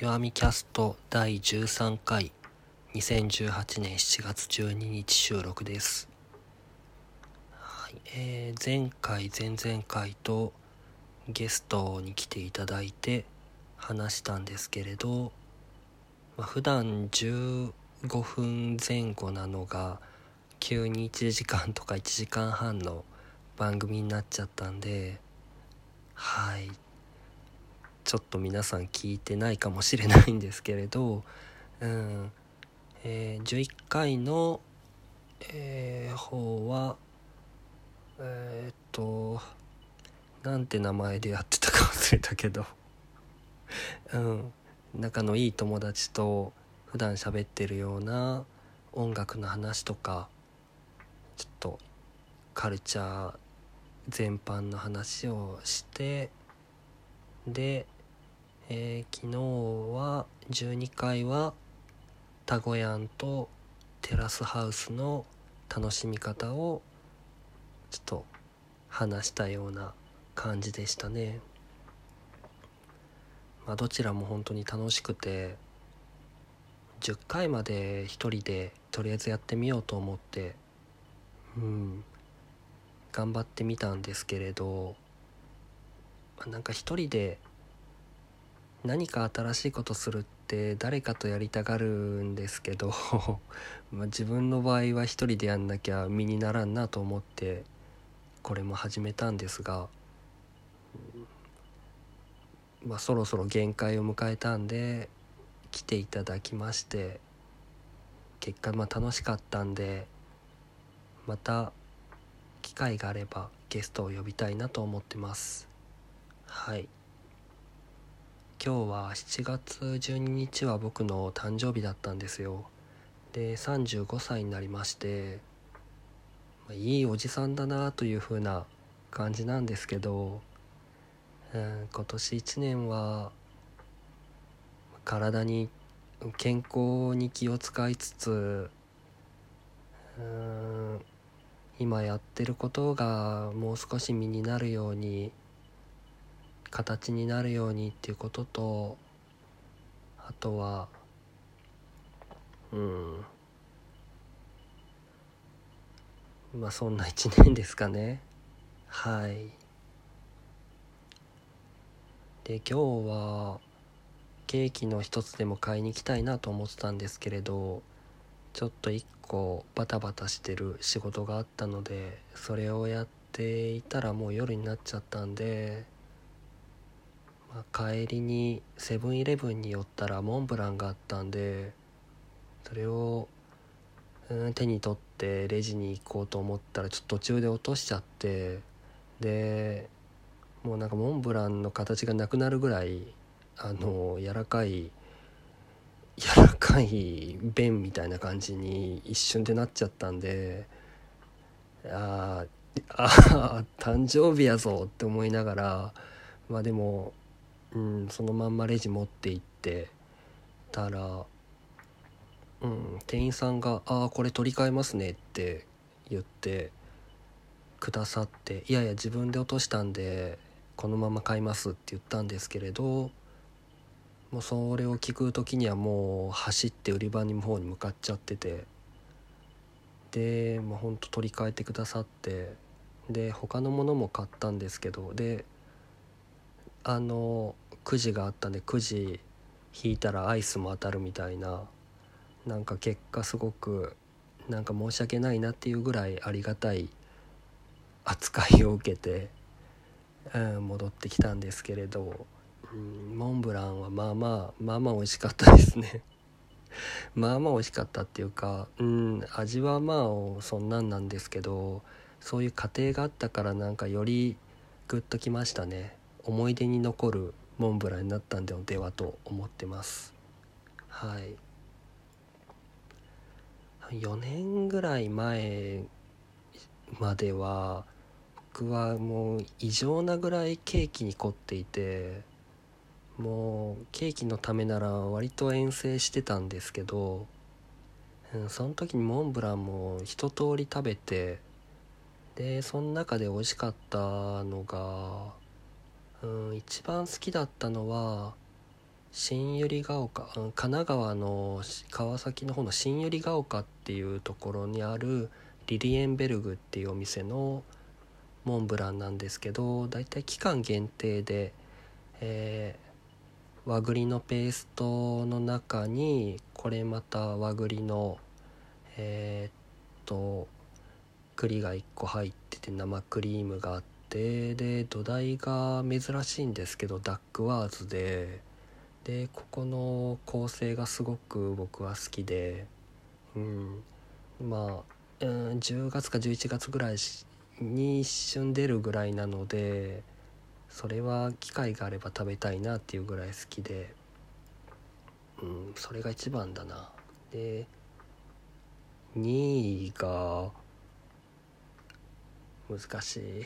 弱みキャスト第13回2018年7月12日収録です。はい、前回前々回とゲストに来ていただいて話したんですけれど、普段15分前後なのが急に1時間とか1時間半の番組になっちゃったんで、ちょっと皆さん聞いてないかもしれないんですけれど、11回の、方はなんて名前でやってたか忘れたけど仲のいい友達と普段喋ってるような音楽の話とか、ちょっとカルチャー全般の話をして、で、昨日は12回はタゴヤンとテラスハウスの楽しみ方をちょっと話したような感じでしたね。どちらも本当に楽しくて、10回まで一人でとりあえずやってみようと思って頑張ってみたんですけれど、なんか一人で何か新しいことするって誰かとやりたがるんですけど自分の場合は一人でやんなきゃ身にならんなと思ってこれも始めたんですが、そろそろ限界を迎えたんで来ていただきまして、結果楽しかったんで、また機会があればゲストを呼びたいなと思ってます。はい、今日は7月12日は僕の誕生日だったんですよ。で35歳になりまして、いいおじさんだなという風な感じなんですけど、今年1年は体に健康に気を使いつつ、今やってることがもう少し身になるように、形になるようにっていうことと、あとはそんな1年ですかね。はい。で今日はケーキの一つでも買いに行きたいなと思ってたんですけれど、ちょっと一個バタバタしてる仕事があったので、それをやっていたらもう夜になっちゃったんで、帰りにセブンイレブンに寄ったらモンブランがあったんで、それを手に取ってレジに行こうと思ったらちょっと途中で落としちゃって、でもうなんかモンブランの形がなくなるぐらい柔らかい弁みたいな感じに一瞬でなっちゃったんで、誕生日やぞって思いながら、でもそのまんまレジ持って行ってたら、店員さんがこれ取り替えますねって言ってくださって、いやいや自分で落としたんでこのまま買いますって言ったんですけれど、もうそれを聞く時にはもう走って売り場の方に向かっちゃってて、でほんと取り替えてくださって、で他のものも買ったんですけど、でくじがあったんでくじ引いたらアイスも当たるみたいな、なんか結果すごくなんか申し訳ないなっていうぐらいありがたい扱いを受けて、戻ってきたんですけれど、モンブランはまあまあ美味しかったですね美味しかったっていうか、味はそんなんですけど、そういう過程があったからなんかよりグッときましたね。思い出に残るモンブランになったんではと思ってます。はい。4年ぐらい前までは僕はもう異常なぐらいケーキに凝っていて、もうケーキのためなら割と遠征してたんですけど、その時にモンブランも一通り食べて、でその中で美味しかったのが、一番好きだったのは新百合ヶ丘、神奈川の川崎の方の新百合ヶ丘っていうところにあるリリエンベルグっていうお店のモンブランなんですけど、だいたい期間限定で、和栗のペーストの中にこれまた和栗の栗が1個入ってて生クリームがあって、で土台が珍しいんですけどダックワーズでここの構成がすごく僕は好きで、10月か11月ぐらいに一瞬出るぐらいなので、それは機会があれば食べたいなっていうぐらい好きで、それが一番だな。で2位が難しい。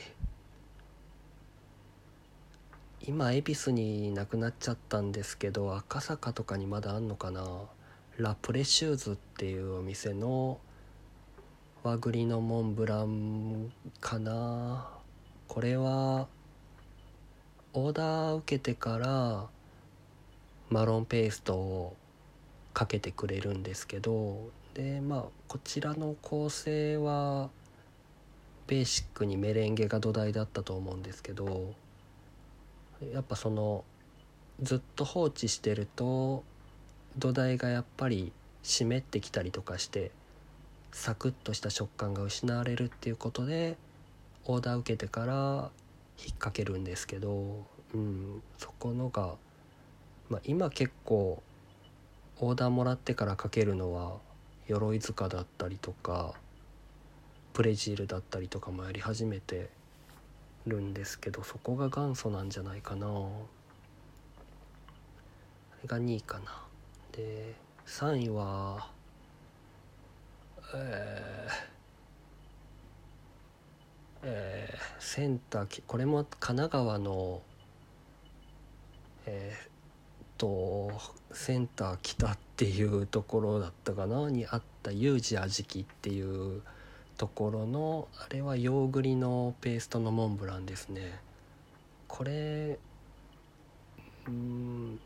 今恵比寿になくなっちゃったんですけど、赤坂とかにまだあんのかな。ラプレシューズっていうお店の和栗のモンブランかな。これはオーダー受けてからマロンペーストをかけてくれるんですけど、でこちらの構成はベーシックにメレンゲが土台だったと思うんですけど、やっぱそのずっと放置してると土台がやっぱり湿ってきたりとかしてサクッとした食感が失われるっていうことでオーダー受けてから引っ掛けるんですけど、そこのが、今結構オーダーもらってからかけるのは鎧塚だったりとかプレジールだったりとかもやり始めてるんですけど、そこが元祖なんじゃないかな。あれが2位かな。で3位はセンター、これも神奈川のセンター北っていうところだったかなにあったユージあじきっていうところの、あれはヨーグリのペーストのモンブランですね。これ結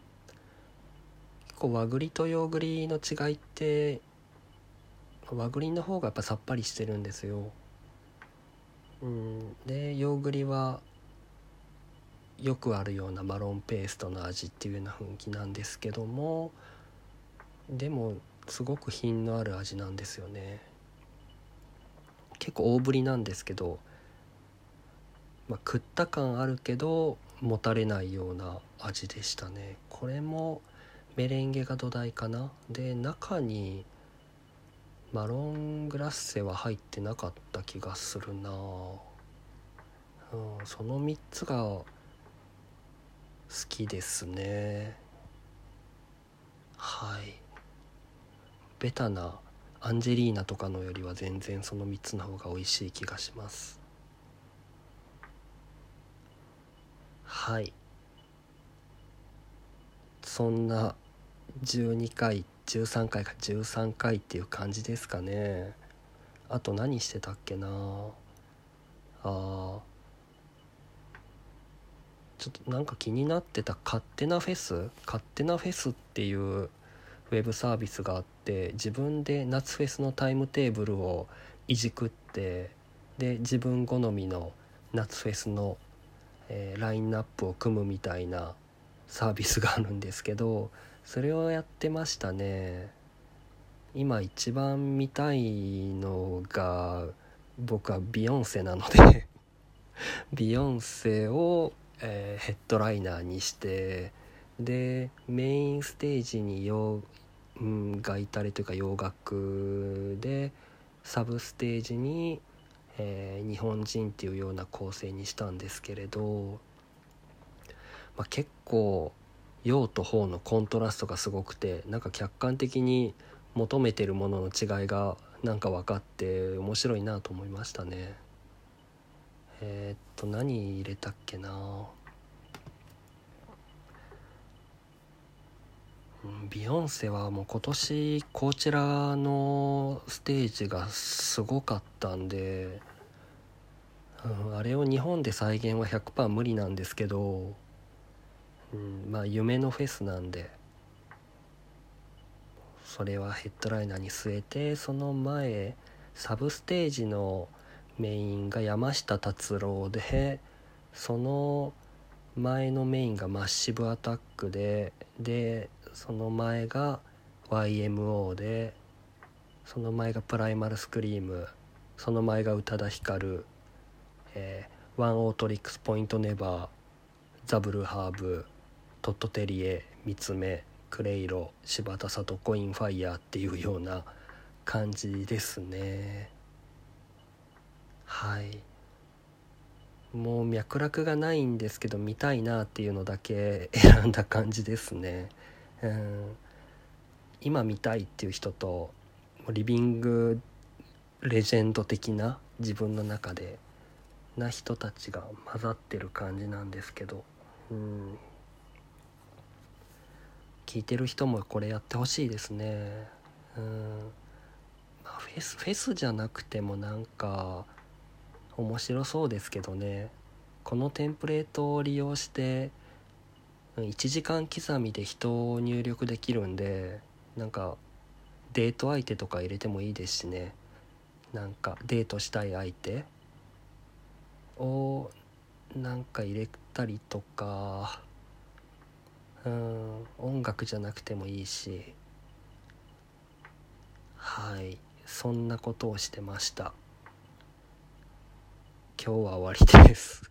構和栗とヨーグリの違いって、和栗の方がやっぱさっぱりしてるんですよ。でヨーグリはよくあるようなマロンペーストの味っていうような雰囲気なんですけども、でもすごく品のある味なんですよね。結構大ぶりなんですけど、食った感あるけどもたれないような味でしたね。これもメレンゲが土台かな。で中にマロングラッセは入ってなかった気がするな。その3つが好きですね。はい。ベタなアンジェリーナとかのよりは全然その3つの方が美味しい気がします。はい。そんな12回13回か13回っていう感じですかね。あと何してたっけなあ。ちょっとなんか気になってた勝手なフェスっていうウェブサービスがあって、自分で夏フェスのタイムテーブルをいじくって、で自分好みの夏フェスの、ラインナップを組むみたいなサービスがあるんですけど、それをやってましたね。今一番見たいのが僕はビヨンセなのでビヨンセを、ヘッドライナーにして、でメインステージにがいたりというか洋楽で、サブステージに、日本人っていうような構成にしたんですけれど、結構陽と砲のコントラストがすごくて、なんか客観的に求めてるものの違いがなんか分かって面白いなと思いましたね。何入れたっけな。ビヨンセはもう今年こちらのステージがすごかったんで、あれを日本で再現は 100% 無理なんですけど、 まあ夢のフェスなんで、それはヘッドライナーに据えて、その前サブステージのメインが山下達郎で、その前のメインがマッシブアタックでその前が YMO で、その前がプライマルスクリーム、その前が宇多田ヒカル、ワンオートリックスポイントネバー、ザブルハーブ、トットテリエ、三つ目、クレイロ、柴田聡子、インファイヤーっていうような感じですね。はい。もう脈絡がないんですけど見たいなっていうのだけ選んだ感じですね。今見たいっていう人とリビングレジェンド的な自分の中でな人たちが混ざってる感じなんですけど、聞いてる人もこれやってほしいですね。まあ、フェスじゃなくてもなんか面白そうですけどね。このテンプレートを利用して1時間刻みで人を入力できるんで、なんかデート相手とか入れてもいいですしね。なんかデートしたい相手をなんか入れたりとか、音楽じゃなくてもいいし、はい、そんなことをしてました。今日は終わりです。